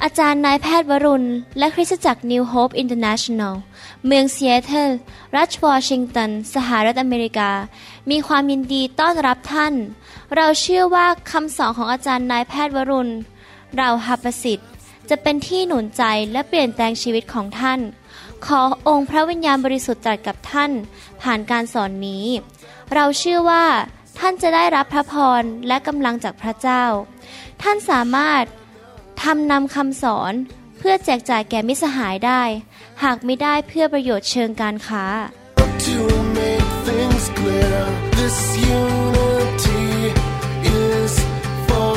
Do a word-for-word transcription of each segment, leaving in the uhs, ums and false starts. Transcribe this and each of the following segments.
อาจารย์นายแพทย์วรุณและคริสตจักร New Hope International เมืองซีแอตเทิลรัฐวอชิงตันสหรัฐอเมริกามีความยินดีต้อนรับท่านเราเชื่อว่าคำสอนของอาจารย์นายแพทย์วรุณเราหประสิทธิ์จะเป็นที่หนุนใจและเปลี่ยนแปลงชีวิตของท่านขอองค์พระวิญญาณบริสุทธิ์ตรัสกับท่านผ่านการสอนนี้เราเชื่อว่าท่านจะได้รับพระพรและกำลังจากพระเจ้าท่านสามารถทำนำคำสอนเพื่อแจกจ่ายแก่มิตรสหายได้หากไม่ได้เพื่อประโยชน์เชิงการค้า To make things clear, this unity is for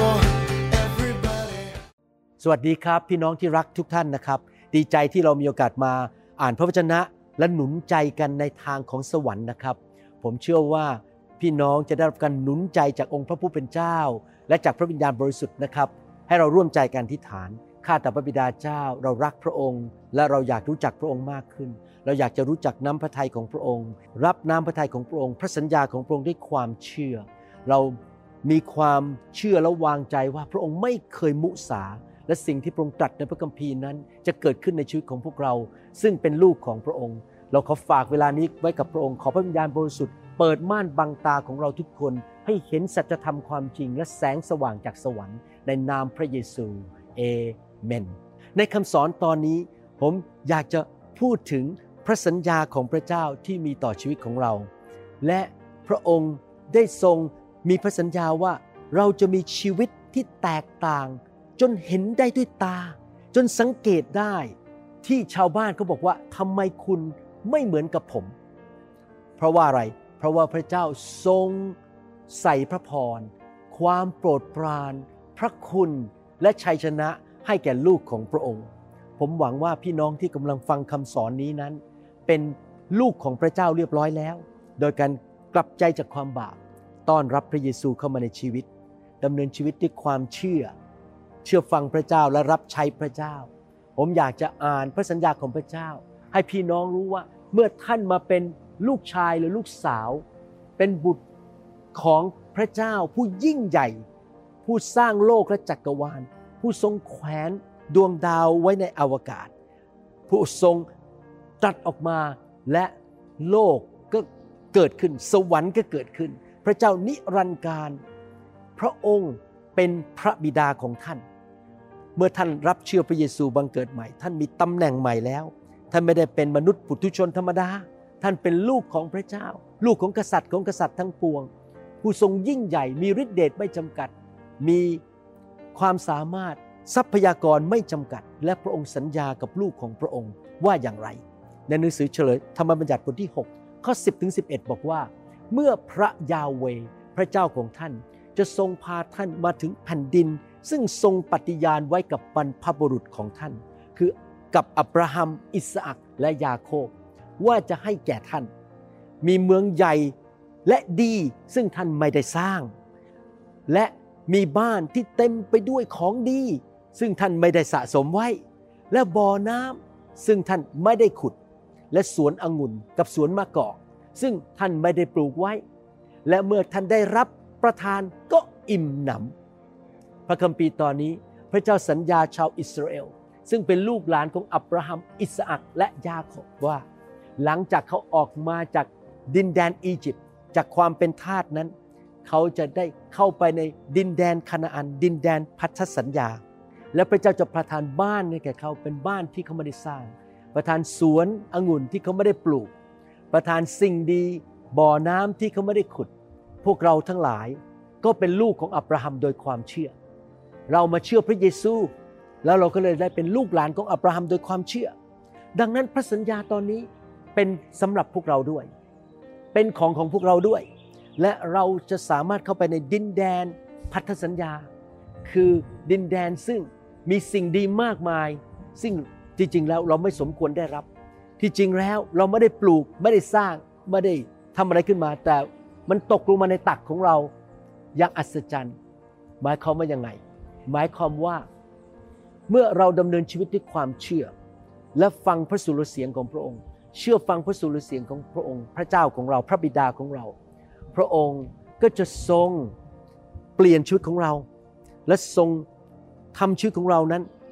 everybody. สวัสดีครับพี่น้องที่รักทุกท่านนะครับดีใจที่เรามีโอกาสมาอ่านพระวจนะและหนุนใจกันในทางของสวรรค์นะครับผมเชื่อว่าพี่น้องจะได้รับการหนุนใจจากองค์พระผู้เป็นเจ้าและจากพระวิญญาณบริสุทธิ์นะครับให้เราร่วมใจกันอธิษฐานข้าแต่พระบิดาเจ้าเรารักพระองค์และเราอยากรู้จักพระองค์มากขึ้นเราอยากจะรู้จักน้ำพระทัยของพระองค์รับน้ำพระทัยของพระองค์พระสัญญาของพระองค์ด้วยความเชื่อเรามีความเชื่อและวางใจว่าพระองค์ไม่เคยมุสาและสิ่งที่พระองค์ตรัสในพระคัมภีร์นั้นจะเกิดขึ้นในชีวิตของพวกเราซึ่งเป็นลูกของพระองค์เราขอฝากเวลานี้ไว้กับพระองค์ขอพระวิญญาณบริสุทธิ์เปิดม่านบังตาของเราทุกคนให้เห็นสัจธรรมความจริงและแสงสว่างจากสวรรค์ในนามพระเยซูเอเมนในคำสอนตอนนี้ผมอยากจะพูดถึงพระสัญญาของพระเจ้าที่มีต่อชีวิตของเราและพระองค์ได้ทรงมีพระสัญญาว่าเราจะมีชีวิตที่แตกต่างจนเห็นได้ด้วยตาจนสังเกตได้ที่ชาวบ้านเขาบอกว่าทำไมคุณไม่เหมือนกับผมเพราะว่าอะไรเพราะว่าพระเจ้าทรงใส่พระพรความโปรดปรานพระคุณและชัยชนะให้แก่ลูกของพระองค์ผมหวังว่าพี่น้องที่กำลังฟังคำสอนนี้นั้นเป็นลูกของพระเจ้าเรียบร้อยแล้วโดยการกลับใจจากความบาปต้อนรับพระเยซูเข้ามาในชีวิตดำเนินชีวิตด้วยความเชื่อเชื่อฟังพระเจ้าและรับใช้พระเจ้าผมอยากจะอ่านพระสัญญาของพระเจ้าให้พี่น้องรู้ว่าเมื่อท่านมาเป็นลูกชายหรือลูกสาวเป็นบุตรของพระเจ้าผู้ยิ่งใหญ่ผู้สร้างโลกและจักรวาลผู้ทรงแขวนดวงดาวไว้ในอวกาศผู้ทรงตรัสออกมาและโลกก็เกิดขึ้นสวรรค์ก็เกิดขึ้นพระเจ้านิรันดร์การพระองค์เป็นพระบิดาของท่านเมื่อท่านรับเชื่อพระเยซูบังเกิดใหม่ท่านมีตำแหน่งใหม่แล้วท่านไม่ได้เป็นมนุษย์ปุถุชนธรรมดาท่านเป็นลูกของพระเจ้าลูกของกษัตริย์ของกษัตริย์ทั้งปวงผู้ทรงยิ่งใหญ่มีฤทธิเดชไม่จำกัดมีความสามารถทรัพยากรไม่จำกัดและพระองค์สัญญากับลูกของพระองค์ว่าอย่างไรในหนังสือเฉลยธรรมบัญญัติบทที่หกข้อสิบถึงสิบเอ็ดบอกว่าเมื่อพระยาเวห์พระเจ้าของท่านจะทรงพาท่านมาถึงแผ่นดินซึ่งทรงปฏิญาณไว้กับบรรพบุรุษของท่านคือกับอับราฮัมอิสอัคและยาโคบว่าจะให้แก่ท่านมีเมืองใหญ่และดีซึ่งท่านไม่ได้สร้างและมีบ้านที่เต็มไปด้วยของดีซึ่งท่านไม่ได้สะสมไว้และบ่อน้ำซึ่งท่านไม่ได้ขุดและสวนองุ่นกับสวนมะกอกซึ่งท่านไม่ได้ปลูกไว้และเมื่อท่านได้รับประทานก็อิ่มหนำพระคัมภีร์ตอนนี้พระเจ้าสัญญาชาวอิสราเอลซึ่งเป็นลูกหลานของอับราฮัมอิสอัคและยาโคบว่าหลังจากเขาออกมาจากดินแดนอียิปต์จากความเป็นทาสนั้นเขาจะได้เข้าไปในดินแดนคานาอันดินแดนพันธสัญญาและพระเจ้าจะประทานบ้านให้แก่เขาเป็นบ้านที่เขาไม่ได้สร้างประทานสวนองุ่นที่เขาไม่ได้ปลูกประทานสิ่งดีบ่อน้ำที่เขาไม่ได้ขุดพวกเราทั้งหลายก็เป็นลูกของอับราฮัมโดยความเชื่อเรามาเชื่อพระเยซูแล้วเราก็เลยได้เป็นลูกหลานของอับราฮัมโดยความเชื่อดังนั้นพระสัญญาตอนนี้เป็นสำหรับพวกเราด้วยเป็นของของพวกเราด้วยและเราจะสามารถเข้าไปในดินแดนพันธสัญญาคือดินแดนซึ่งมีสิ่งดีมากมายซึ่งจริงๆแล้วเราไม่สมควรได้รับที่จริงแล้วเราไม่ได้ปลูกไม่ได้สร้างไม่ได้ทำอะไรขึ้นมาแต่มันตกลงมาในตักของเราอย่างอัศจรรย์หมายความว่ายังไงหมายความว่าเมื่อเราดำเนินชีวิตด้วยความเชื่อและฟังพระสุรเสียงของพระองค์เชื่อฟังพระสุรเสียงของพระองค์พระเจ้าของเราพระบิดาของเราพระองค์ก็จะทรงเปลี่ยนชีวิตของเราและทรงทำชีวิตของเรานั้นใ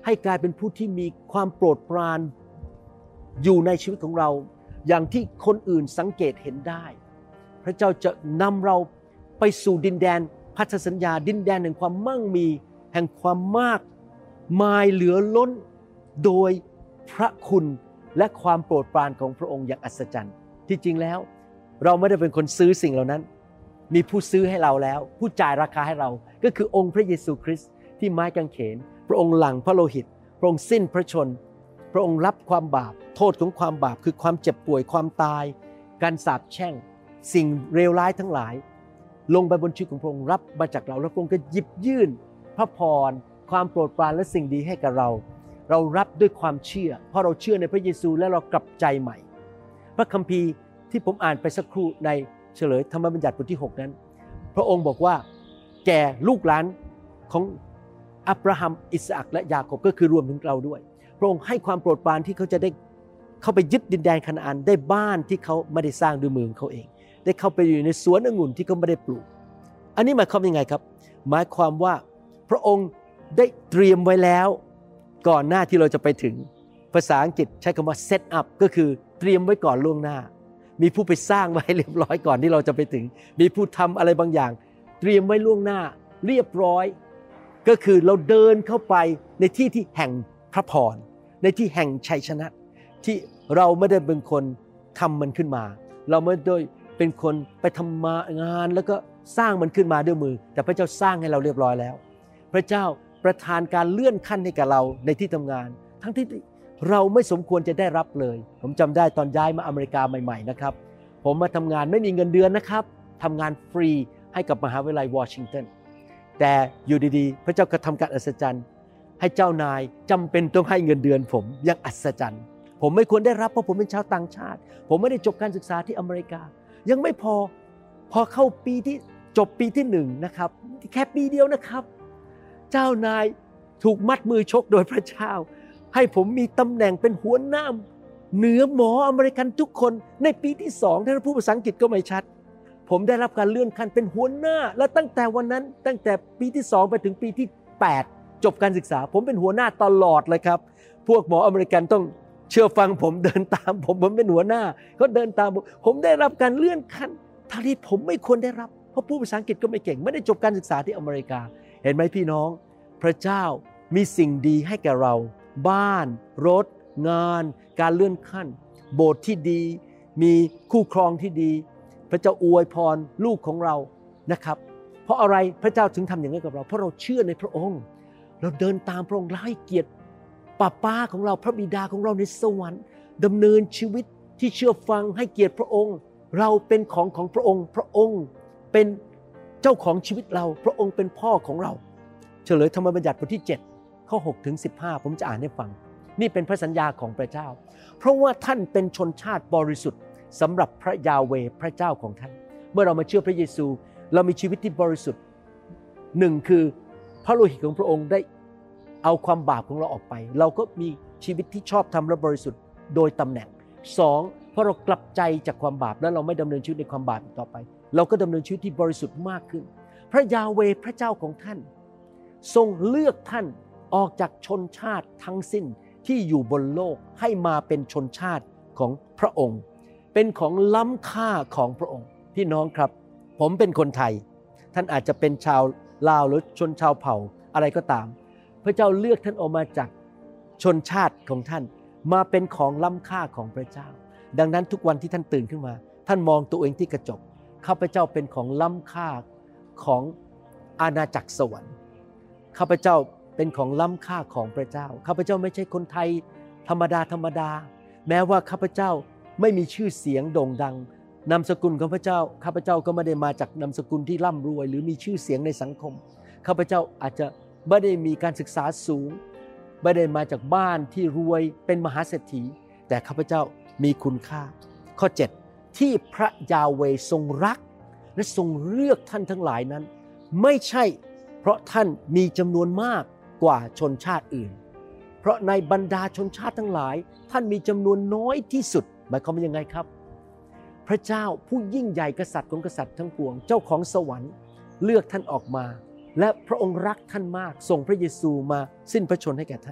ให้กลายเป็นผู้ที่มีความโปรดปรานอยู่ในชีวิตของเราอย่างที่คนอื่นสังเกตเห็นได้พระเจ้าจะนำเราไปสู่ดินแดนพันธสัญญาดินแดนแห่งความมั่งมีแห่งความมากมายเหลือล้นโดยพระคุณและความโปรดปรานของพระองค์อย่างอัศจรรย์ที่จริงแล้วเราไม่ได้เป็นคนซื้อสิ่งเหล่านั้นมีผู้ซื้อให้เราแล้วผู้จ่ายราคาให้เราก็คือองค์พระเยซูคริสต์ที่ไม้กางเขนพระองค์หลั่งพระโลหิตพระองค์สิ้นพระชนพระองค์รับความบาปโทษของความบาปคือความเจ็บป่วยความตายการสาปแช่งสิ่งเลวร้ายทั้งหลายลงไปบนชีวิตของพระองค์รับมาจากเราแล้วพระองค์ก็หยิบยื่นพระพรความโปรดปรานและสิ่งดีให้กับเราเรารับด้วยความเชื่อเพราะเราเชื่อในพระเยซูและเรากลับใจใหม่พระคัมภีร์ที่ผมอ่านไปสักครู่ในเฉลยธรรมบัญญัติบทที่หกนั้นพระองค์บอกว่าแก่ลูกหลานของอับราฮัมอิสอัคและยาโคบก็คือรวมถึงเราด้วยพระองค์ให้ความโปรดปรานที่เขาจะได้เข้าไปยึดดินแดนคานาอันได้บ้านที่เขาไม่ได้สร้างด้วยมือของเขาเองได้เข้าไปอยู่ในสวนองุ่นที่เขาไม่ได้ปลูกอันนี้หมายความยังไงครับหมายความว่าพระองค์ได้เตรียมไว้แล้วก่อนหน้าที่เราจะไปถึงภาษาอังกฤษใช้คำว่า set up ก็คือเตรียมไว้ก่อนล่วงหน้ามีผู้ไปสร้างไว้เรียบร้อยก่อนที่เราจะไปถึงมีผู้ทำอะไรบางอย่างเตรียมไว้ล่วงหน้าเรียบร้อยก็คือเราเดินเข้าไปในที่ที่แห่งพระพรในที่แห่งชัยชนะที่เราไม่ได้เป็นคนทำมันขึ้นมาเราไม่ได้เป็นคนไปทำมางานแล้วก็สร้างมันขึ้นมาด้วยมือแต่พระเจ้าสร้างให้เราเรียบร้อยแล้วพระเจ้าประทานการเลื่อนขั้นให้กับเราในที่ทำงานทั้งที่เราไม่สมควรจะได้รับเลยผมจำได้ตอนย้ายมาอเมริกาใหม่ๆนะครับผมมาทำงานไม่มีเงินเดือนนะครับทำงานฟรีให้กับมหาวิทยาลัยวอชิงตันแต่อยู่ดีๆพระเจ้ากระทำการอัศจรรย์ให้เจ้านายจำเป็นต้องให้เงินเดือนผมอย่างอัศจรรย์ผมไม่ควรได้รับเพราะผมเป็นชาวต่างชาติผมไม่ได้จบการศึกษาที่อเมริกายังไม่พอพอเข้าปีที่จบปีที่หนึ่งนะครับแค่ปีเดียวนะครับเจ้านายถูกมัดมือชกโดยพระเจ้าให้ผมมีตำแหน่งเป็นหัวหน้าเหนือหมออเมริกันทุกคนในปีที่สองถ้าพูดภาษาอังกฤษก็ไม่ชัดผมได้รับการเลื่อนขั้นเป็นหัวหน้าและตั้งแต่วันนั้นตั้งแต่ปีที่สองไปถึงปีที่แปดจบการศึกษาผมเป็นหัวหน้าตลอดเลยครับพวกหมออเมริกันต้องเชื่อฟังผมเดินตามผมผมเป็นหัวหน้าเขาเดินตามผมผมได้รับการเลื่อนขั้นทั้งที่ผมไม่ควรได้รับเพราะพูดภาษาอังกฤษก็ไม่เก่งไม่ได้จบการศึกษาที่อเมริกาเห็นไหมพี่น้องพระเจ้ามีสิ่งดีให้แก่เราบ้านรถงานการเลื่อนขั้นโบสถ์ที่ดีมีคู่ครองที่ดีพระเจ้าอวยพรลูกของเรานะครับเพราะอะไรพระเจ้าถึงทำอย่างนี้กับเราเพราะเราเชื่อในพระองค์เราเดินตามพระองค์ให้เกียรติป้าป้าของเราพระบิดาของเราในสวรรค์ดำเนินชีวิตที่เชื่อฟังให้เกียรติพระองค์เราเป็นของของพระองค์พระองค์เป็นเจ้าของชีวิตเราพระองค์เป็นพ่อของเราเฉลยธรรมบัญญัติบทที่เจ็ดข้อหกถึงสิบห้าผมจะอ่านให้ฟังนี่เป็นพระสัญญาของพระเจ้าเพราะว่าท่านเป็นชนชาติบริสุทธิ์สำหรับพระยาเวห์พระเจ้าของท่านเมื่อเรามาเชื่อพระเยซูเรามีชีวิตที่บริสุทธิ์หนึ่งคือพระโลหิตของพระองค์ได้เอาความบาปของเราออกไปเราก็มีชีวิตที่ชอบธรรมและบริสุทธิ์โดยตำแหน่งสองเพราะเรากลับใจจากความบาปและเราไม่ดำเนินชีวิตในความบาปอีกต่อไปเราก็ดำเนินชีวิตที่บริสุทธิ์มากขึ้นพระยาเวห์พระเจ้าของท่านทรงเลือกท่านออกจากชนชาติทั้งสิ้นที่อยู่บนโลกให้มาเป็นชนชาติของพระองค์เป็นของล้ำค่าของพระองค์พี่น้องครับผมเป็นคนไทยท่านอาจจะเป็นชาวลาวหรือชนชาวเผ่าอะไรก็ตามพระเจ้าเลือกท่านออกมาจากชนชาติของท่านมาเป็นของล้ำค่าของพระเจ้าดังนั้นทุกวันที่ท่านตื่นขึ้นมาท่านมองตัวเองที่กระจกข้าพเจ้าเป็นของล้ำค่าของอาณาจักรสวรรค์ข้าพเจ้าเป็นของล้ำค่าของพระเจ้าข้าพเจ้าไม่ใช่คนไทยธรรมดาธรรมดาแม้ว่าข้าพเจ้าไม่มีชื่อเสียงโด่งดังนามสกุลของพระเจ้าข้าพเจ้าก็ไม่ได้มาจากนามสกุลที่ร่ำรวยหรือมีชื่อเสียงในสังคมข้าพเจ้าอาจจะไม่ได้มีการศึกษาสูงไม่ได้มาจากบ้านที่รวยเป็นมหาเศรษฐีแต่ข้าพเจ้ามีคุณค่าข้อเจ็ดที่พระยาเวห์ทรงรักและทรงเลือกท่านทั้งหลายนั้นไม่ใช่เพราะท่านมีจำนวนมากกว่าชนชาติอื่นเพราะในบรรดาชนชาติทั้งหลายท่านมีจำนวนน้อยที่สุดหมายความว่ายังไงครับพระเจ้าผู้ยิ่งใหญ่กษัตริย์ของกษัตริย์ทั้งปวงเจ้าของสวรรค์เลือกท่านออกมาและพระองค์รักท่านมากส่งพระเยซูมาสิ้นพระชนม์ให้แก่ท่าน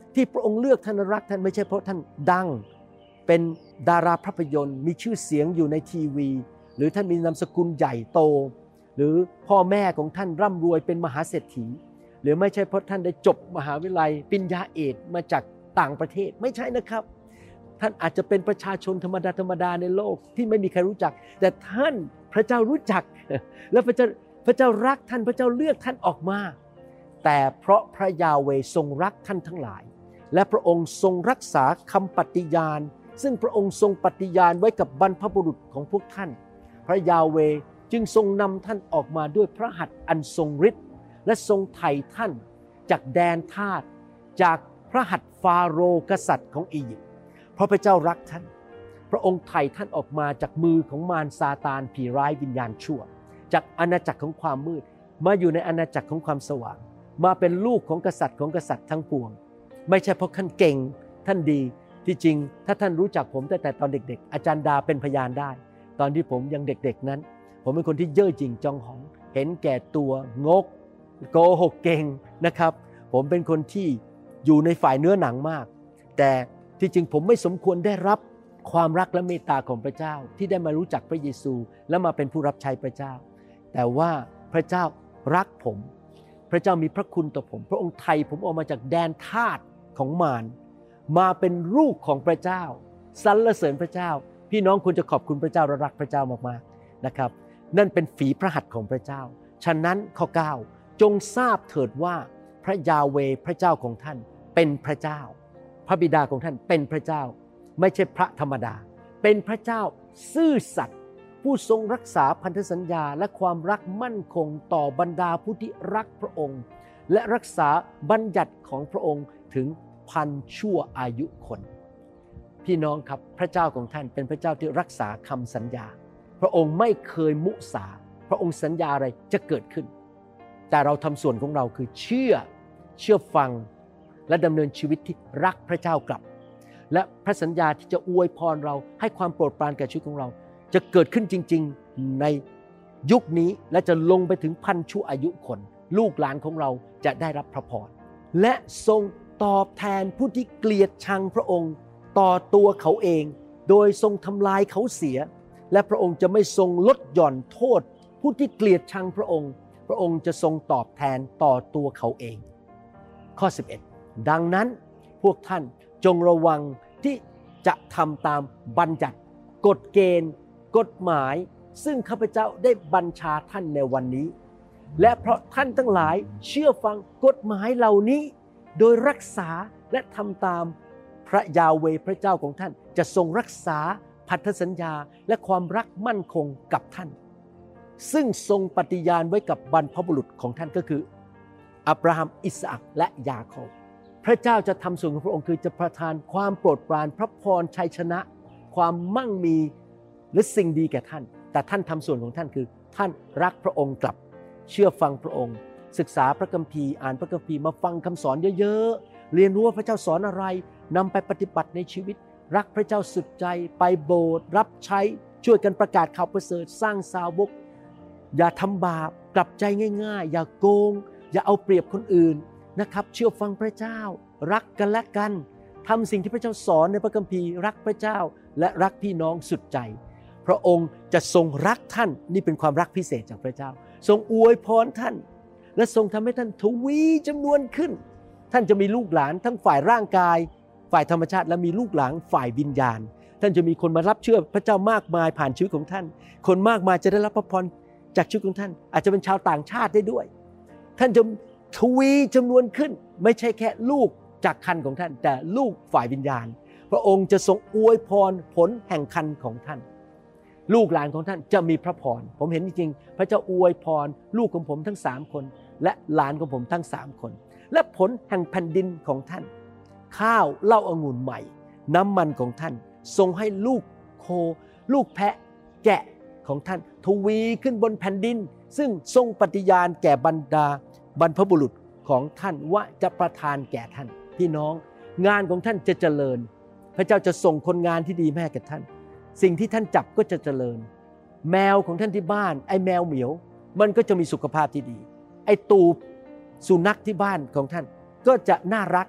ที่พระองค์เลือกท่านรักท่านไม่ใช่เพราะท่านดังเป็นดาราภาพยนตร์มีชื่อเสียงอยู่ในทีวีหรือท่านมีนามสกุลใหญ่โตหรือพ่อแม่ของท่านร่ำรวยเป็นมหาเศรษฐีหรือไม่ใช่เพราะท่านได้จบมหาวิทยาลัยปริญญาเอกมาจากต่างประเทศไม่ใช่นะครับท่านอาจจะเป็นประชาชนธรรมดาธรรมดาในโลกที่ไม่มีใครรู้จักแต่ท่านพระเจ้ารู้จักและพระเจ้าพระเจ้ารักท่านพระเจ้าเลือกท่านออกมาแต่เพราะพระยาเวห์ทรงรักท่านทั้งหลายและพระองค์ทรงรักษาคำปฏิญาณซึ่งพระองค์ทรงปฏิญาณไว้กับบรรพบุรุษของพวกท่านพระยาเวห์จึงทรงนำท่านออกมาด้วยพระหัตถ์อันทรงฤทธิ์และทรงไถ่ท่านจากแดนทาสจากพระหัตถ์ฟาโรห์กษัตริย์ของอียิปต์เพราะพระเจ้ารักท่านพระองค์ไถ่ท่านออกมาจากมือของมารซาตานผีร้ายวิญญาณชั่วจากอาณาจักรของความมืดมาอยู่ในอาณาจักรของความสว่างมาเป็นลูกของกษัตริย์ของกษัตริย์ทั้งปวงไม่ใช่เพราะท่านเก่งท่านดีที่จริงถ้าท่านรู้จักผมตั้งแต่ตอนเด็กๆอาจารย์ดาเป็นพยานได้ตอนที่ผมยังเด็กๆนั้นผมเป็นคนที่เย่อหยิ่งจองหองเห็นแก่ตัวงกโกหกเก่งนะครับผมเป็นคนที่อยู่ในฝ่ายเนื้อหนังมากแต่ที่จริงผมไม่สมควรได้รับความรักและเมตตาของพระเจ้าที่ได้มารู้จักพระเยซูและมาเป็นผู้รับใช้พระเจ้าแต่ว่าพระเจ้ารักผมพระเจ้ามีพระคุณต่อผมพระองค์ไถ่ผมออกมาจากแดนทาสของมารมาเป็นลูกของพระเจ้าสรรเสริญพระเจ้าพี่น้องควรจะขอบคุณพระเจ้าและรักพระเจ้ามากๆนะครับนั่นเป็นฝีพระหัตถ์ของพระเจ้าฉะนั้นข้อเก้าจงทราบเถิดว่าพระยาเวห์พระเจ้าของท่านเป็นพระเจ้าพระบิดาของท่านเป็นพระเจ้าไม่ใช่พระธรรมดาเป็นพระเจ้าซื่อสัตย์ผู้ทรงรักษาพันธสัญญาและความรักมั่นคงต่อบรรดาผู้ที่รักพระองค์และรักษาบัญญัติของพระองค์ถึงพันชั่วอายุคนพี่น้องครับพระเจ้าของท่านเป็นพระเจ้าที่รักษาคำสัญญาพระองค์ไม่เคยมุสาพระองค์สัญญาอะไรจะเกิดขึ้นแต่เราทำส่วนของเราคือเชื่อเชื่อฟังและดำเนินชีวิตที่รักพระเจ้ากลับและพระสัญญาที่จะอวยพรเราให้ความโปรดปรานแก่ชีวิตของเราจะเกิดขึ้นจริงๆในยุคนี้และจะลงไปถึงพันชั่วอายุคนลูกหลานของเราจะได้รับพระพรและทรงตอบแทนผู้ที่เกลียดชังพระองค์ต่อตัวเขาเองโดยทรงทำลายเขาเสียและพระองค์จะไม่ทรงลดหย่อนโทษผู้ที่เกลียดชังพระองค์พระองค์จะทรงตอบแทนต่อตัวเขาเองข้อสิบเอ็ดดังนั้นพวกท่านจงระวังที่จะทำตามบัญญัติกฎเกณฑ์กฎหมายซึ่งข้าพเจ้าได้บัญชาท่านในวันนี้และเพราะท่านทั้งหลายเชื่อฟังกฎหมายเหล่านี้โดยรักษาและทำตามพระยาเวห์พระเจ้าของท่านจะทรงรักษาพันธสัญญาและความรักมั่นคงกับท่านซึ่งทรงปฏิญาณไว้กับบรรพบุรุษของท่านก็คืออับราฮัมอิสอัคและยาโคบพระเจ้าจะทำส่วนของพระองค์คือจะประทานความโปรดปรานพระพรชัยชนะความมั่งมีหรือสิ่งดีแก่ท่านแต่ท่านทำส่วนของท่านคือท่านรักพระองค์กลับเชื่อฟังพระองค์ศึกษาพระคัมภีร์อ่านพระคัมภีร์มาฟังคำสอนเยอะๆเรียนรู้ว่าพระเจ้าสอนอะไรนำไปปฏิบัติในชีวิตรักพระเจ้าสุดใจไปโบสถ์รับใช้ช่วยกันประกาศข่าวประเสริฐสร้างสาวกอย่าทำบาปกลับใจง่ายๆอย่าโกงอย่าเอาเปรียบคนอื่นนะครับเชื่อฟังพระเจ้ารักกันและกันทำสิ่งที่พระเจ้าสอนในพระคัมภีร์รักพระเจ้าและรักพี่น้องสุดใจพระองค์จะทรงรักท่านนี่เป็นความรักพิเศษจากพระเจ้าทรงอวยพรท่านและทรงทำให้ท่านทวีจำนวนขึ้นท่านจะมีลูกหลานทั้งฝ่ายร่างกายฝ่ายธรรมชาติและมีลูกหลานฝ่ายวิญญาณท่านจะมีคนมารับเชื่อพระเจ้ามากมายผ่านชีวิตของท่านคนมากมายจะได้รับพระพรจากชีวิตของท่านอาจจะเป็นชาวต่างชาติได้ด้วยท่านจะทวีจำนวนขึ้นไม่ใช่แค่ลูกจากครรภ์ของท่านแต่ลูกฝ่ายวิญญาณพระองค์จะทรงอวยพรผลแห่งครรภ์ของท่านลูกหลานของท่านจะมีพระพรผมเห็นจริงๆพระเจ้าอวยพรลูกของผมทั้งสามคนและหลานของผมทั้งสามคนและผลแห่งแผ่นดินของท่านข้าวเหล้าองุ่นใหม่น้ำมันของท่านทรงให้ลูกโคลูกแพะแกะของท่านทวีขึ้นบนแผ่นดินซึ่งทรงปฏิญาณแก่บรรดาบรรพบุรุษของท่านว่าจะประทานแก่ท่านพี่น้องงานของท่านจะเจริญพระเจ้าจะส่งคนงานที่ดีแม่แก่ท่านสิ่งที่ท่านจับก็จะเจริญแมวของท่านที่บ้านไอ้แมวเหมียวมันก็จะมีสุขภาพที่ดีไอ้ตูบสุนัขที่บ้านของท่านก็จะน่ารัก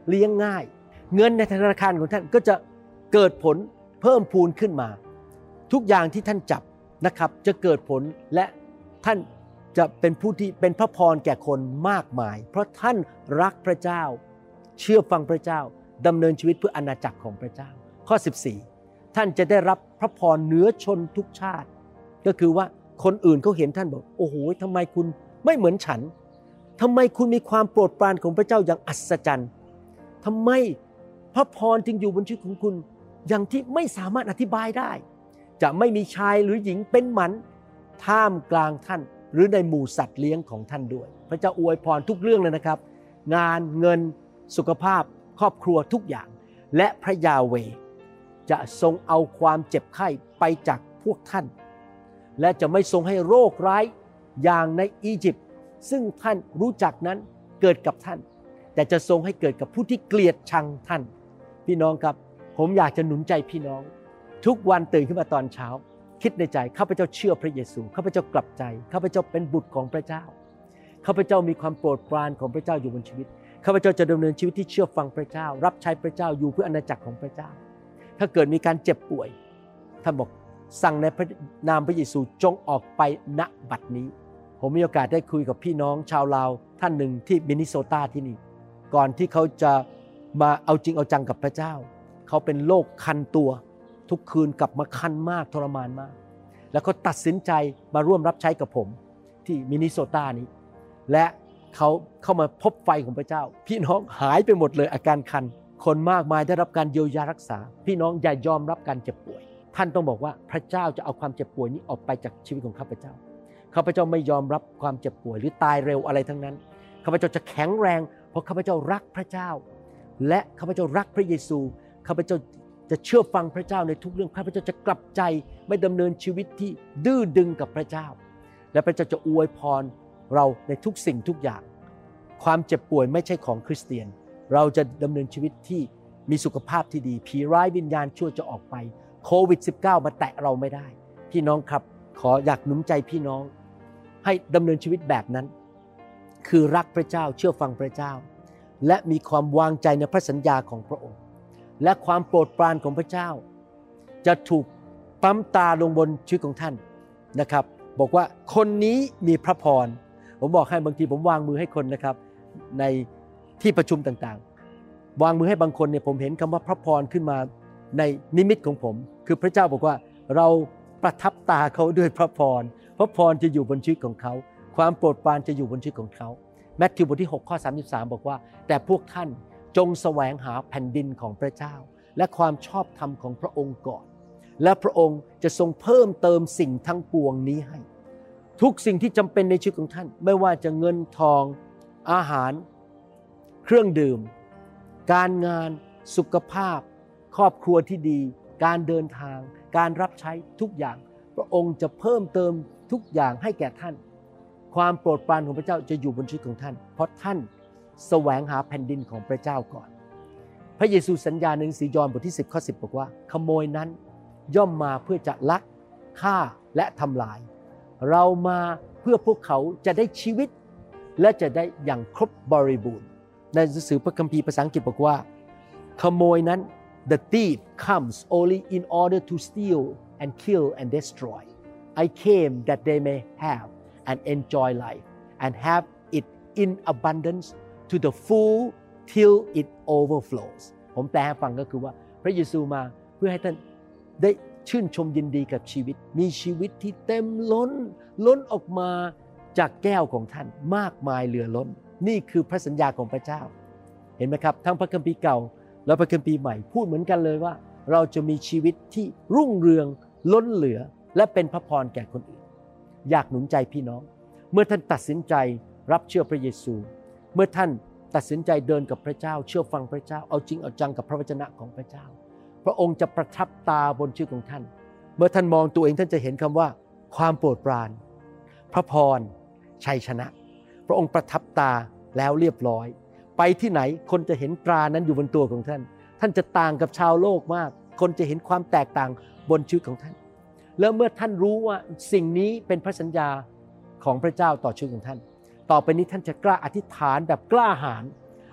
เลี้ยงง่ายเงินในธนาคารของท่านก็จะเกิดผลเพิ่มพูนขึ้นมาทุกอย่างที่ท่านจับนะครับจะเกิดผลและท่านจะเป็นผู้ที่เป็นพระพรแก่คนมากมายเพราะท่านรักพระเจ้าเชื่อฟังพระเจ้าดำเนินชีวิตเพื่ออาณาจักรของพระเจ้าข้อสิบสี่ท่านจะได้รับพระพรเหนือชนทุกชาติก็คือว่าคนอื่นเขาเห็นท่านบอกโอ้โหทำไมคุณไม่เหมือนฉันทำไมคุณมีความโปรดปรานของพระเจ้าอย่างอัศจรรย์ทำไมพระพรจึงอยู่บนชีวิตของคุณอย่างที่ไม่สามารถอธิบายได้จะไม่มีชายหรือหญิงเป็นหมันท่ามกลางท่านหรือในหมู่สัตว์เลี้ยงของท่านด้วยพระเจ้าอวยพรทุกเรื่องเลยนะครับงานเงินสุขภาพครอบครัวทุกอย่างและพระยาเวห์จะทรงเอาความเจ็บไข้ไปจากพวกท่านและจะไม่ทรงให้โรคร้ายอย่างในอียิปต์ซึ่งท่านรู้จักนั้นเกิดกับท่านแต่จะทรงให้เกิดกับผู้ที่เกลียดชังท่านพี่น้องครับผมอยากจะหนุนใจพี่น้องทุกวันตื่นขึ้นมาตอนเช้าคิดในใจข้าพเจ้าเชื่อพระเยซูข้าพเจ้ากลับใจข้าพเจ้าเป็นบุตรของพระเจ้าข้าพเจ้ามีความโปรดปรานของพระเจ้าอยู่บนชีวิตข้าพเจ้าจะดำเนินชีวิตที่เชื่อฟังพระเจ้ารับใช้พระเจ้าอยู่เพื่ออาณาจักรของพระเจ้าถ้าเกิดมีการเจ็บป่วยท่านบอกสั่งในพระนามพระเยซูจงออกไปณบัดนี้ผมมีโอกาสได้คุยกับพี่น้องชาวลาวท่านหนึ่งที่มินนิโซตาที่นี่ก่อนที่เขาจะมาเอาจริงเอาจังกับพระเจ้าเขาเป็นโรคคันตัวทุกคืนกลับมาคันมากทรมานมากแล้วเขาตัดสินใจมาร่วมรับใช้กับผมที่มินนิโซตานี้และเขาเข้ามาพบไฟของพระเจ้าพี่น้องหายไปหมดเลยอาการคันคนมากมายได้รับการเยียวยารักษาพี่น้องอย่ายอมรับการเจ็บป่วยท่านต้องบอกว่าพระเจ้าจะเอาความเจ็บป่วยนี้ออกไปจากชีวิตของข้าพเจ้าข้าพเจ้าไม่ยอมรับความเจ็บป่วยหรือตายเร็วอะไรทั้งนั้นข้าพเจ้าจะแข็งแรงเพราะข้าพเจ้ารักพระเจ้าและข้าพเจ้ารักพระเยซูข้าพเจ้าจะเชื่อฟังพระเจ้าในทุกเรื่องข้าพเจ้าจะกลับใจไม่ดำเนินชีวิตที่ดื้อดึงกับพระเจ้าและพระเจ้าจะอวยพรเราในทุกสิ่งทุกอย่างความเจ็บป่วยไม่ใช่ของคริสเตียนเราจะดำเนินชีวิตที่มีสุขภาพที่ดีผีร้ายวิญญาณชั่วจะออกไปโควิด สิบเก้า มาแตะเราไม่ได้พี่น้องครับขออยากหนุนใจพี่น้องให้ดำเนินชีวิตแบบนั้นคือรักพระเจ้าเชื่อฟังพระเจ้าและมีความวางใจในพระสัญญาของพระองค์และความโปรดปรานของพระเจ้าจะถูกปั๊มตาลงบนชีวิตของท่านนะครับบอกว่าคนนี้มีพระพรผมบอกให้บางทีผมวางมือให้คนนะครับในที่ประชุมต่างๆวางมือให้บางคนเนี่ยผมเห็นคำว่าพระพรขึ้นมาในนิมิตของผมคือพระเจ้าบอกว่าเราประทับตาเขาด้วยพระพรพระพรจะอยู่บนชีวิตของเขาความโปรดปรานจะอยู่บนชีวิตของเขามัทธิวบทที่หกข้อสามสิบสามบอกว่าแต่พวกท่านจงแสวงหาแผ่นดินของพระเจ้าและความชอบธรรมของพระองค์ก่อนและพระองค์จะทรงเพิ่มเติมสิ่งทั้งปวงนี้ให้ทุกสิ่งที่จำเป็นในชีวิตของท่านไม่ว่าจะเงินทองอาหารเครื่องดื่มการงานสุขภาพครอบครัวที่ดีการเดินทางการรับใช้ทุกอย่างพระองค์จะเพิ่มเติมทุกอย่างให้แก่ท่านความโปรดปรานของพระเจ้าจะอยู่บนชีวิตของท่านเพราะท่านแสวงหาแผ่นดินของพระเจ้าก่อนพระเยซูสัญญาในหนังสือยอห์นบทที่สิบข้อสิบบอกว่าขโมยนั้นย่อมมาเพื่อจะลักฆ่าและทำลายเรามาเพื่อพวกเขาจะได้ชีวิตและจะได้อย่างครบบริบูรณ์ในหนังสือพระคัมภีร์ภาษาอังกฤษบอกว่าขโมยนั้น the thief comes only in order to steal and kill and destroy I came that they may have and enjoy life and have it in abundance to the full till it overflows ผมแปลให้ฟังก็คือว่าพระเยซูมาเพื่อให้ท่านได้ชื่นชมยินดีกับชีวิตมีชีวิตที่เต็มล้นล้นออกมาจากแก้วของท่านมากมายเหลือล้นนี่คือพระสัญญาของพระเจ้าเห็นไหมครับทั้งพระคัมภีร์เก่าและพระคัมภีร์ใหม่พูดเหมือนกันเลยว่าเราจะมีชีวิตที่รุ่งเรืองล้นเหลือและเป็นพระพรแก่คนอื่นอยากหนุนใจพี่น้องเมื่อท่านตัดสินใจรับเชื่อพระเยซูเมื่อท่านตัดสินใจเดินกับพระเจ้าเชื่อฟังพระเจ้าเอาจริงเอาจังกับพระวจนะของพระเจ้าพระองค์จะประทับตาบนชีวิตของท่านเมื่อท่านมองตัวเองท่านจะเห็นคำว่าความโปรดปรานพระพรชัยชนะพระองค์ประทับตาแล้วเรียบร้อยไปที่ไหนคนจะเห็นตรานั้นอยู่บนตัวของท่านท่านจะต่างกับชาวโลกมากคนจะเห็นความแตกต่างบนชีวิตของท่านแล้วเมื่อท่านรู้ว่าสิ่งนี้เป็นพระสัญญาของพระเจ้าต่อชีวิตของท่านต่อไปนี้ท่านจะกล้าอธิษฐานแบบกล้าหาญ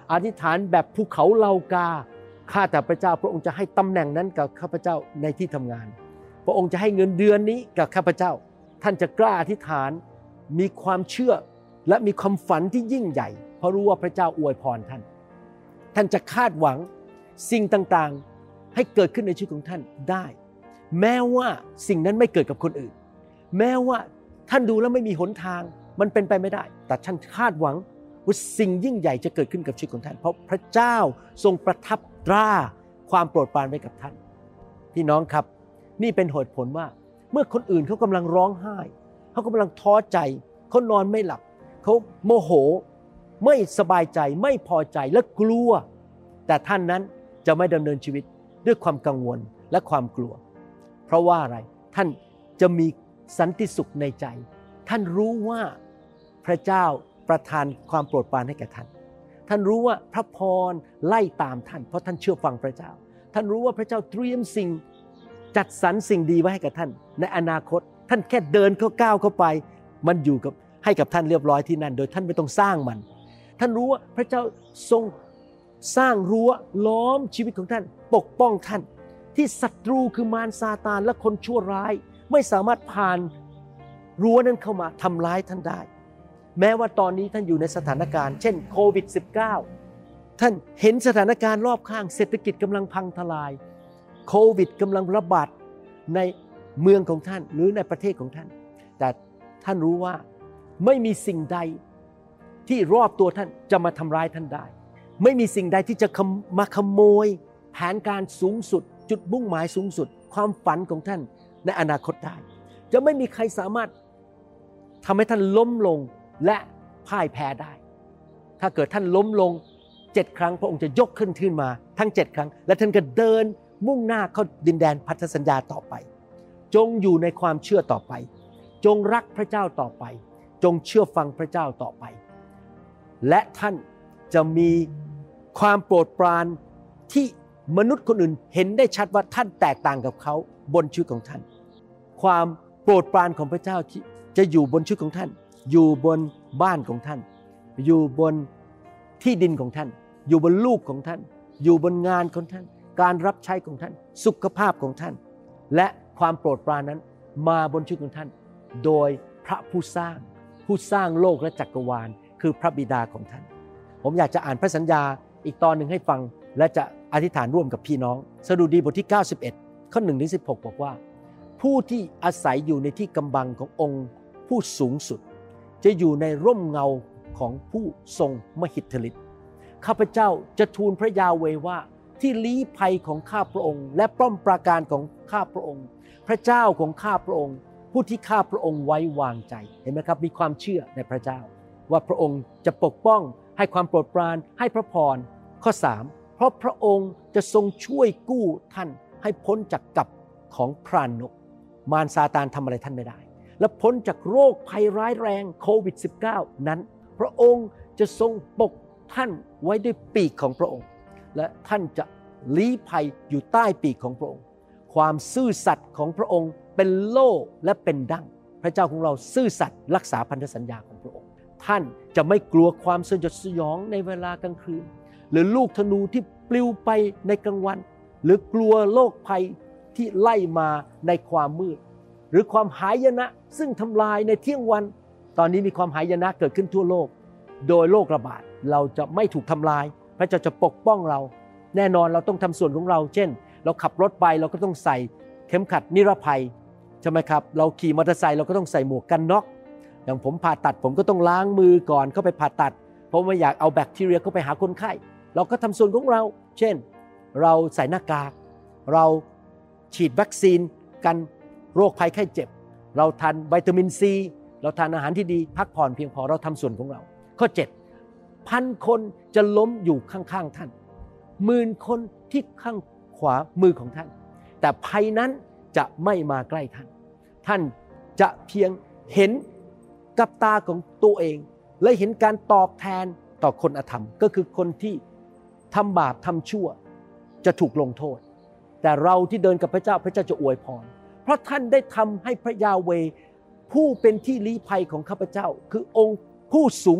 อธิษฐานแบบภูเขาเหล่ากาข้าแต่พระเจ้าพระองค์จะให้ตำแหน่งนั้นกับข้าพเจ้าในที่ทำงานพระองค์จะให้เงินเดือนนี้กับข้าพเจ้าท่านจะกล้าอธิษฐานมีความเชื่อและมีความฝันที่ยิ่งใหญ่เพราะรู้ว่าพระเจ้าอวยพรท่านท่านจะคาดหวังสิ่งต่างๆให้เกิดขึ้นในชีวิตของท่านได้แม้ว่าสิ่งนั้นไม่เกิดกับคนอื่นแม้ว่าท่านดูแล้วไม่มีหนทางมันเป็นไปไม่ได้แต่ท่านคาดหวังว่าสิ่งยิ่งใหญ่จะเกิดขึ้นกับชีวิตของท่านเพราะพระเจ้าทรงประทับตราความโปรดปรานไว้กับท่านพี่น้องครับนี่เป็นเหตุผลว่าเมื่อคนอื่นเขากำลังร้องไห้เขากำลังท้อใจเขานอนไม่หลับเขาโมโหไม่สบายใจไม่พอใจและกลัวแต่ท่านนั้นจะไม่ดำเนินชีวิตด้วยความกังวลและความกลัวเพราะว่าอะไรท่านจะมีสันติสุขในใจท่านรู้ว่าพระเจ้าประทานความโปรดปรานให้แก่ท่านท่านรู้ว่าพระพรไล่ตามท่านเพราะท่านเชื่อฟังพระเจ้าท่านรู้ว่าพระเจ้าเตรียมสิ่งจัดสรรสิ่งดีไว้ให้กับท่านในอนาคตท่านแค่เดินเข้าก้าวเข้าไปมันอยู่กับให้กับท่านเรียบร้อยที่นั่นโดยท่านไม่ต้องสร้างมันท่านรู้ว่าพระเจ้าทรงสร้างรั้วล้อมชีวิตของท่านปกป้องท่านที่ศัตรูคือมารซาตานและคนชั่วร้ายไม่สามารถผ่านรั้วนั้นเข้ามาทำร้ายท่านได้แม้ว่าตอนนี้ท่านอยู่ในสถานการณ์เช่นโควิด สิบเก้า ท่านเห็นสถานการณ์รอบข้างเศรษฐกิจกำลังพังทลายโควิดกำลังระบาดในเมืองของท่านหรือในประเทศของท่านแต่ท่านรู้ว่าไม่มีสิ่งใดที่รอบตัวท่านจะมาทำร้ายท่านได้ไม่มีสิ่งใดที่จะมาขโมยแผนการสูงสุดจุดมุ่งหมายสูงสุดความฝันของท่านในอนาคตได้จะไม่มีใครสามารถทำให้ท่านล้มลงและพ่ายแพ้ได้ถ้าเกิดท่านล้มลงเจ็ดครั้งพระองค์จะยกขึ้นขึ้นมาทั้งเจ็ดครั้งและท่านก็เดินมุ่งหน้าเข้าดินแดนพันธสัญญาต่อไปจงอยู่ในความเชื่อต่อไปจงรักพระเจ้าต่อไปจงเชื่อฟังพระเจ้าต่อไปและท่านจะมีความโปรดปรานที่มนุษย์คนอื่นเห็นได้ชัดว่าท่านแตกต่างกับเขาบนชีวิตของท่านความโปรดปรานของพระเจ้าที่จะอยู่บนชีวิตของท่านอยู่บนบ้านของท่านอยู่บนที่ดินของท่านอยู่บนลูกของท่านอยู่บนงานของท่านการรับใช้ของท่านสุขภาพของท่านและความโปรดปรานนั้นมาบนชีวิตของท่านโดยพระผู้สร้างผู้สร้างโลกและจักรวาลคือพระบิดาของท่านผมอยากจะอ่านพระสัญญาอีกตอนหนึ่งให้ฟังและจะอธิษฐานร่วมกับพี่น้องสดุดีบทที่เก้าสิบเอ็ดข้อหนึ่งถึงสิบหกบอกว่าผู้ที่อาศัยอยู่ในที่กำบังขององค์ผู้สูงสุดจะอยู่ในร่มเงาของผู้ทรงมหิทธิฤทธิ์ข้าพเจ้าจะทูลพระยาเวห์ว่าที่ลี้ภัยของข้าพระองค์และป้อมปราการของข้าพระองค์พระเจ้าของข้าพระองค์ผู้ที่ข้าพระองค์ไว้วางใจเห็นไหมครับมีความเชื่อในพระเจ้าว่าพระองค์จะปกป้องให้ความโปรดปรานให้พระพรข้อสามเพราะพระองค์จะทรงช่วยกู้ท่านให้พ้นจากกับของพรานนกมารซาตานทำอะไรท่านไม่ได้และพ้นจากโรคภัยร้ายแรงโควิด สิบเก้า นั้นพระองค์จะทรงปกท่านไว้ด้วยปีกของพระองค์และท่านจะลี้ภัยอยู่ใต้ปีกของพระองค์ความซื่อสัตย์ของพระองค์เป็นโล่และเป็นดั้งพระเจ้าของเราซื่อสัตย์รักษาพันธสัญญาของพระองค์ท่านจะไม่กลัวความสยดสยองในเวลากลางคืนหรือลูกธนูที่ปลิวไปในกลางวันหรือกลัวโรคภัยที่ไล่มาในความมืดหรือความหายนะซึ่งทำลายในเที่ยงวันตอนนี้มีความหายนะเกิดขึ้นทั่วโลกโดยโรคระบาดเราจะไม่ถูกทำลายพระเจ้าจะปกป้องเราแน่นอนเราต้องทำส่วนของเราเช่นเราขับรถไปเราก็ต้องใส่เข็มขัดนิรภัยใช่ไหมครับเราขี่มอเตอร์ไซค์เราก็ต้องใส่หมวกกันน็อกอย่างผมผ่าตัดผมก็ต้องล้างมือก่อนเข้าไปผ่าตัดเพราะไม่อยากเอาแบคทีเรียเข้าไปหาคนไข้เราก็ทำส่วนของเราเช่นเราใส่หน้ากากเราฉีดวัคซีนกันโรคภัยไข้เจ็บเราทานวิตามินซีเราทานอาหารที่ดีพักผ่อนเพียงพอเราทำส่วนของเราข้อเจ็ดพันคนจะล้มอยู่ข้างๆท่านหมื่นคนที่ข้างขวามือของท่านแต่ภัยนั้นจะไม่มาใกล้ท่านท่านจะเพียงเห็นกับตาของตัวเองและเห็นการตอบแทนต่อคนอธรรมก็คือคนที่ทำบาปทำชั่วจะถูกลงโทษแต่เราที่เดินกับพระเจ้าพระเจ้าจะอวยพรเพราะท่านได้ทำให้พระยาเวห์ผู้เป็นที่ลี้ภัยของข้าพเจ้าคือองค์ผู้สูงสุด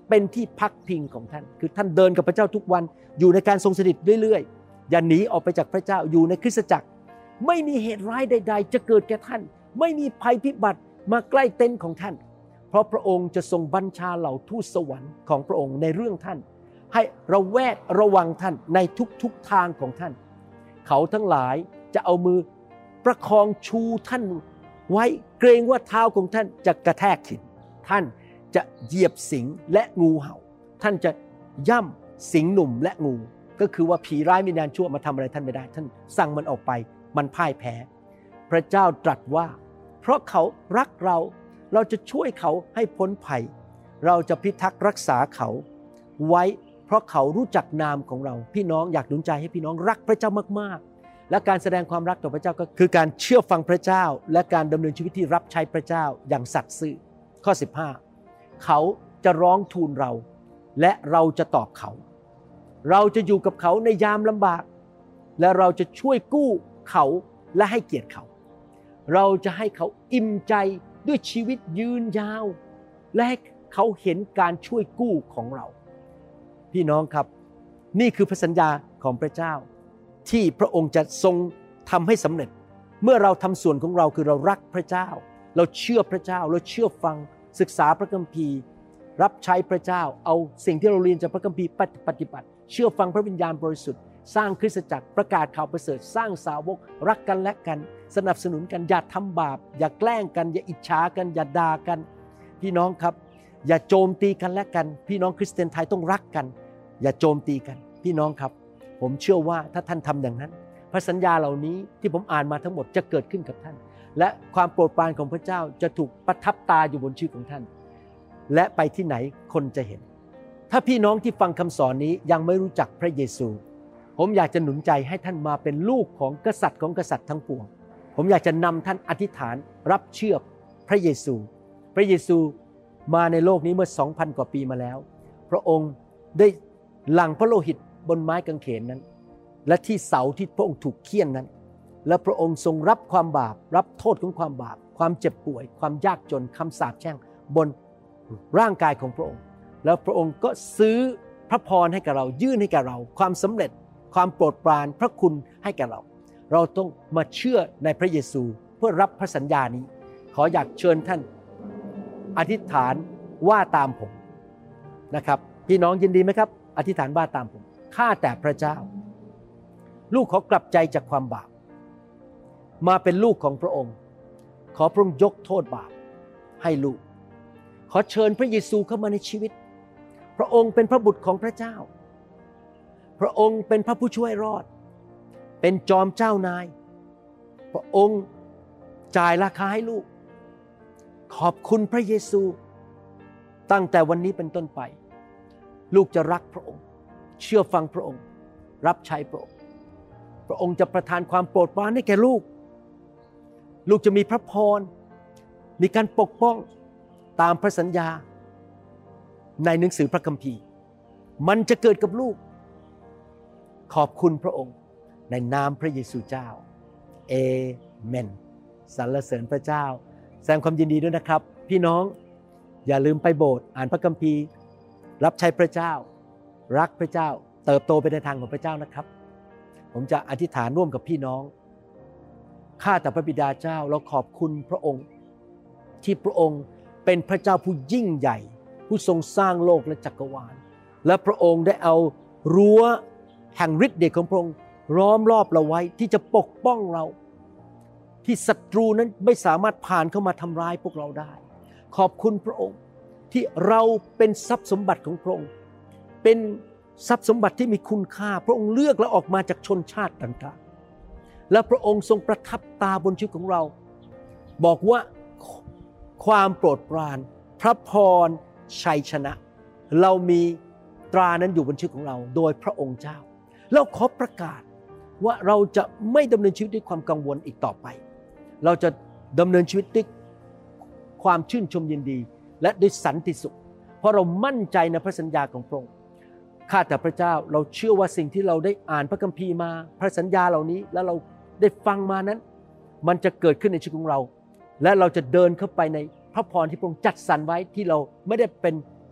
เป็นที่พักพิงของท่านคือท่านเดินกับพระเจ้าทุกวันอยู่ในการทรงสถิตเรื่อยๆอย่าหนีออกไปจากพระเจ้าอยู่ในคริสตจักรไม่มีเหตุร้ายใดๆจะเกิดแก่ท่านไม่มีภัยพิบัติมาใกล้เต็นท์ของท่านเพราะพระองค์จะทรงบัญชาเหล่าทูตสวรรค์ของพระองค์ในเรื่องท่านให้ระแวดระวังท่านในทุกๆทางของท่านเขาทั้งหลายจะเอามือประคองชูท่านไว้เกรงว่าเท้าของท่านจะกระแทกหินท่านจะเหยียบสิงและงูเห่าท่านจะย่ำสิงหนุ่มและงูก็คือว่าผีร้ายวิญญาณชั่วมาทำอะไรท่านไม่ได้ท่านสั่งมันออกไปมันพ่ายแพ้พระเจ้าตรัสว่าเพราะเขารักเราเราจะช่วยเขาให้พ้นภัยเราจะพิทักษ์รักษาเขาไว้เพราะเขารู้จักนามของเราพี่น้องอยากหนุนใจให้พี่น้องรักพระเจ้ามากๆและการแสดงความรักต่อพระเจ้าก็คือการเชื่อฟังพระเจ้าและการดำเนินชีวิตที่รับใช้พระเจ้าอย่างสัตย์ซื่อข้อสิบห้าเขาจะร้องทูลเราและเราจะตอบเขาเราจะอยู่กับเขาในยามลำบากและเราจะช่วยกู้เขาและให้เกียรติเขาเราจะให้เขาอิ่มใจด้วยชีวิตยืนยาวและให้เขาเห็นการช่วยกู้ของเราพี่น้องครับนี่คือพระสัญญาของพระเจ้าที่พระองค์จะทรงทำให้สำเร็จเมื่อเราทำส่วนของเราคือเรารักพระเจ้าเราเชื่อพระเจ้าเราเชื่อฟังศึกษาพระคัมภีร์รับใช้พระเจ้าเอาสิ่งที่เราเรียนจากพระคัมภีร์ปฏิบัติเชื่อฟังพระวิญญาณบริสุทธิ์สร้างคริสตจักรประกาศข่าวประเสริฐสร้างสาวกรักกันและกันสนับสนุนกันอย่าทำบาปอย่าแกล้งกันอย่าอิจฉากันอย่าด่ากันพี่น้องครับอย่าโจมตีกันและกันพี่น้องคริสเตียนไทยต้องรักกันอย่าโจมตีกันพี่น้องครับผมเชื่อว่าถ้าท่านทำอย่างนั้นพระสัญญาเหล่านี้ที่ผมอ่านมาทั้งหมดจะเกิดขึ้นกับท่านและความโปรดปรานของพระเจ้าจะถูกประทับตาอยู่บนชีวิตของท่านและไปที่ไหนคนจะเห็นถ้าพี่น้องที่ฟังคำสอนนี้ยังไม่รู้จักพระเยซูผมอยากจะหนุนใจให้ท่านมาเป็นลูกของกษัตริย์ของกษัตริย์ทั้งปวงผมอยากจะนำท่านอธิษฐานรับเชื่อพระเยซูพระเยซูมาในโลกนี้เมื่อ สองพัน กว่าปีมาแล้วพระองค์ได้หลั่งพระโลหิตบนไม้กางเขนนั้นและที่เสาที่พระองค์ถูกเฆี่ยนนั้นและพระองค์ทรงรับความบาปรับโทษของความบาปความเจ็บป่วยความยากจนคำสาปแช่งบนร่างกายของพระองค์แล้วพระองค์ก็ซื้อพระพรให้กับเรายื่นให้กับเราความสำเร็จความโปรดปรานพระคุณให้แก่เราเราต้องมาเชื่อในพระเยซูเพื่อรับพระสัญญานี้ขออยากเชิญท่านอธิษฐานว่าตามผมนะครับพี่น้องยินดีไหมครับอธิษฐานว่าตามผมข้าแต่พระเจ้าลูกขอกลับใจจากความบาปมาเป็นลูกของพระองค์ขอพระองค์ยกโทษบาปให้ลูกขอเชิญพระเยซูเข้ามาในชีวิตพระองค์เป็นพระบุตรของพระเจ้าพระองค์เป็นพระผู้ช่วยรอดเป็นจอมเจ้านายพระองค์จ่ายราคาให้ลูกขอบคุณพระเยซูตั้งแต่วันนี้เป็นต้นไปลูกจะรักพระองค์เชื่อฟังพระองค์รับใช้พระองค์พระองค์จะประทานความโปรดปรานให้แก่ลูกลูกจะมีพระพรมีการปกป้องตามพระสัญญาในหนังสือพระคัมภีร์มันจะเกิดกับลูกขอบคุณพระองค์ในนามพระเยซูเจ้าเอเมนสรรเสริญพระเจ้าแสดงความยินดีด้วยนะครับพี่น้องอย่าลืมไปโบสถ์อ่านพระคัมภีร์รับใช้พระเจ้ารักพระเจ้าเติบโตไปในทางของพระเจ้านะครับผมจะอธิษฐานร่วมกับพี่น้องข้าแต่พระบิดาเจ้าเราขอบคุณพระองค์ที่พระองค์เป็นพระเจ้าผู้ยิ่งใหญ่ผู้ทรงสร้างโลกและจักรวาลและพระองค์ได้เอารั้วแห่งฤทธิ์เดชของพระองค์ล้อมรอบเราไว้ที่จะปกป้องเราที่ศัตรูนั้นไม่สามารถผ่านเข้ามาทำร้ายพวกเราได้ขอบคุณพระองค์ที่เราเป็นทรัพย์สมบัติของพระองค์เป็นทรัพย์สมบัติที่มีคุณค่าพระองค์เลือกเราออกมาจากชนชาติต่างๆและพระองค์ทรงประทับตาบนชีวิตของเราบอกว่าความโปรดปรานพระพรชัยชนะเรามีตรานั้นอยู่บนชีวิตของเราโดยพระองค์เจ้าเราขอประกาศว่าเราจะไม่ดำเนินชีวิตด้วยความกังวลอีกต่อไปเราจะดำเนินชีวิตด้วยความชื่นชมยินดีและด้วยสันติสุขเพราะเรามั่นใจในพระสัญญาของพระองค์ข้าแต่พระเจ้าเราเชื่อว่าสิ่งที่เราได้อ่านพระคัมภีร์มาพระสัญญาเหล่านี้แล้วเราได้ฟังมานั้นมันจะเกิดขึ้นในชีวิตของเราและเราจะเดินเข้าไปในพระพรที่พระองค์จัดสรรไว้ที่เราไม่ได้เป็น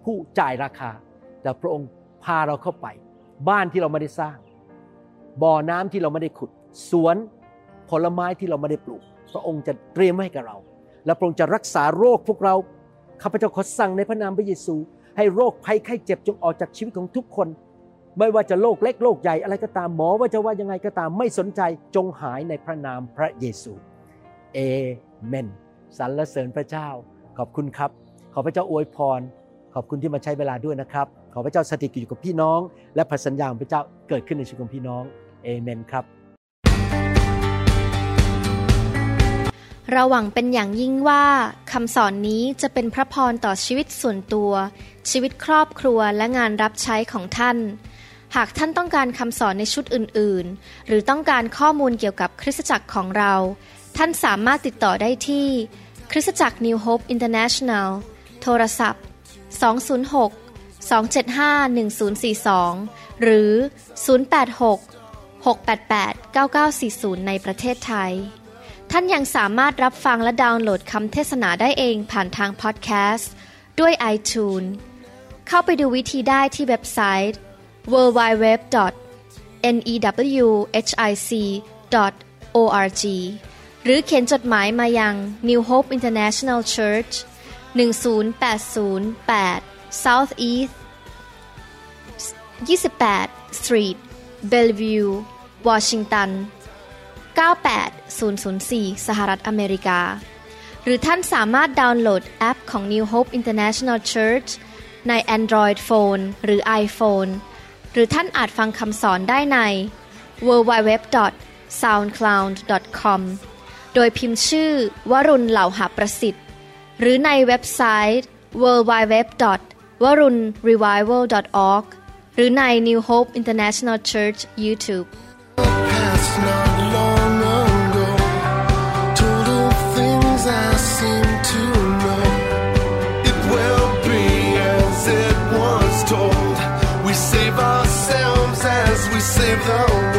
ผู้จ่ายราคาแต่พระองค์พาเราเข้าไปบ้านที่เราไม่ได้สร้างบ่อน้ำที่เราไม่ได้ขุดสวนผลไม้ที่เราไม่ได้ปลูกพระองค์จะเตรียมไว้ให้กับเราและพระองค์จะรักษาโรคพวกเราข้าพเจ้าขอสั่งในพระนามพระเยซูให้โรคภัยไข้เจ็บจงออกจากชีวิตของทุกคนไม่ว่าจะโรคเล็กโรคใหญ่อะไรก็ตามหมอว่าจะว่ายังไงก็ตามไม่สนใจจงหายในพระนามพระเยซูเอเมนสรรเสริญพระเจ้าขอบคุณครับขอพระเจ้าอวยพรขอบคุณที่มาใช้เวลาด้วยนะครับขอพระเจ้าสถิตอยู่กับพี่น้องและพระสัญญาของพระเจ้าเกิดขึ้นในชีวิตของพี่น้องเอเมนครับเราหวังเป็นอย่างยิ่งว่าคำสอนนี้จะเป็นพระพรต่อชีวิตส่วนตัวชีวิตครอบครัวและงานรับใช้ของท่านหากท่านต้องการคำสอนในชุดอื่นๆหรือต้องการข้อมูลเกี่ยวกับคริสตจักรของเราท่านสามารถติดต่อได้ที่คริสตจักร New Hope International โทรศัพท์สอง ศูนย์ หก สอง เจ็ด ห้า หนึ่ง ศูนย์ สี่ สองหรือศูนย์ แปด หก หก แปด แปด เก้า เก้า สี่ ศูนย์ในประเทศไทยท่านยังสามารถรับฟังและดาวน์โหลดคำเทศนาได้เองผ่านทางพอดแคสต์ด้วย iTunes เข้าไปดูวิธีได้ที่เว็บไซต์ ดับเบิลยู ดับเบิลยู ดับเบิลยู ดอท เน อี ดับเบิลยู เอช ไอ ซี ดอท โอ อาร์ จี หรือเขียนจดหมายมายัง New Hope International Church หนึ่ง ศูนย์ แปด ศูนย์ แปด South East ยี่สิบแปด Street Bellevue Washington เก้า แปด ศูนย์ ศูนย์ สี่ สหรัฐอเมริกาหรือท่านสามารถดาวน์โหลดแอปของ New Hope International Church ใน Android Phone หรือ iPhone หรือท่านอาจฟังคำสอนได้ใน ดับเบิลยู ดับเบิลยู ดับเบิลยู ดอท ซาวด์คลาวด์ ดอท คอม โดยพิมพ์ชื่อวรุณเหล่าหาประสิทธิ์หรือในเว็บไซต์ ดับเบิลยู ดับเบิลยู ดับเบิลยู ดอท วรุณ รีไววัล ดอท ออร์ก หรือใน New Hope International Church YouTube Past not long ago, told of things I seem to know. It will be as it was told. We save ourselves as we save the world.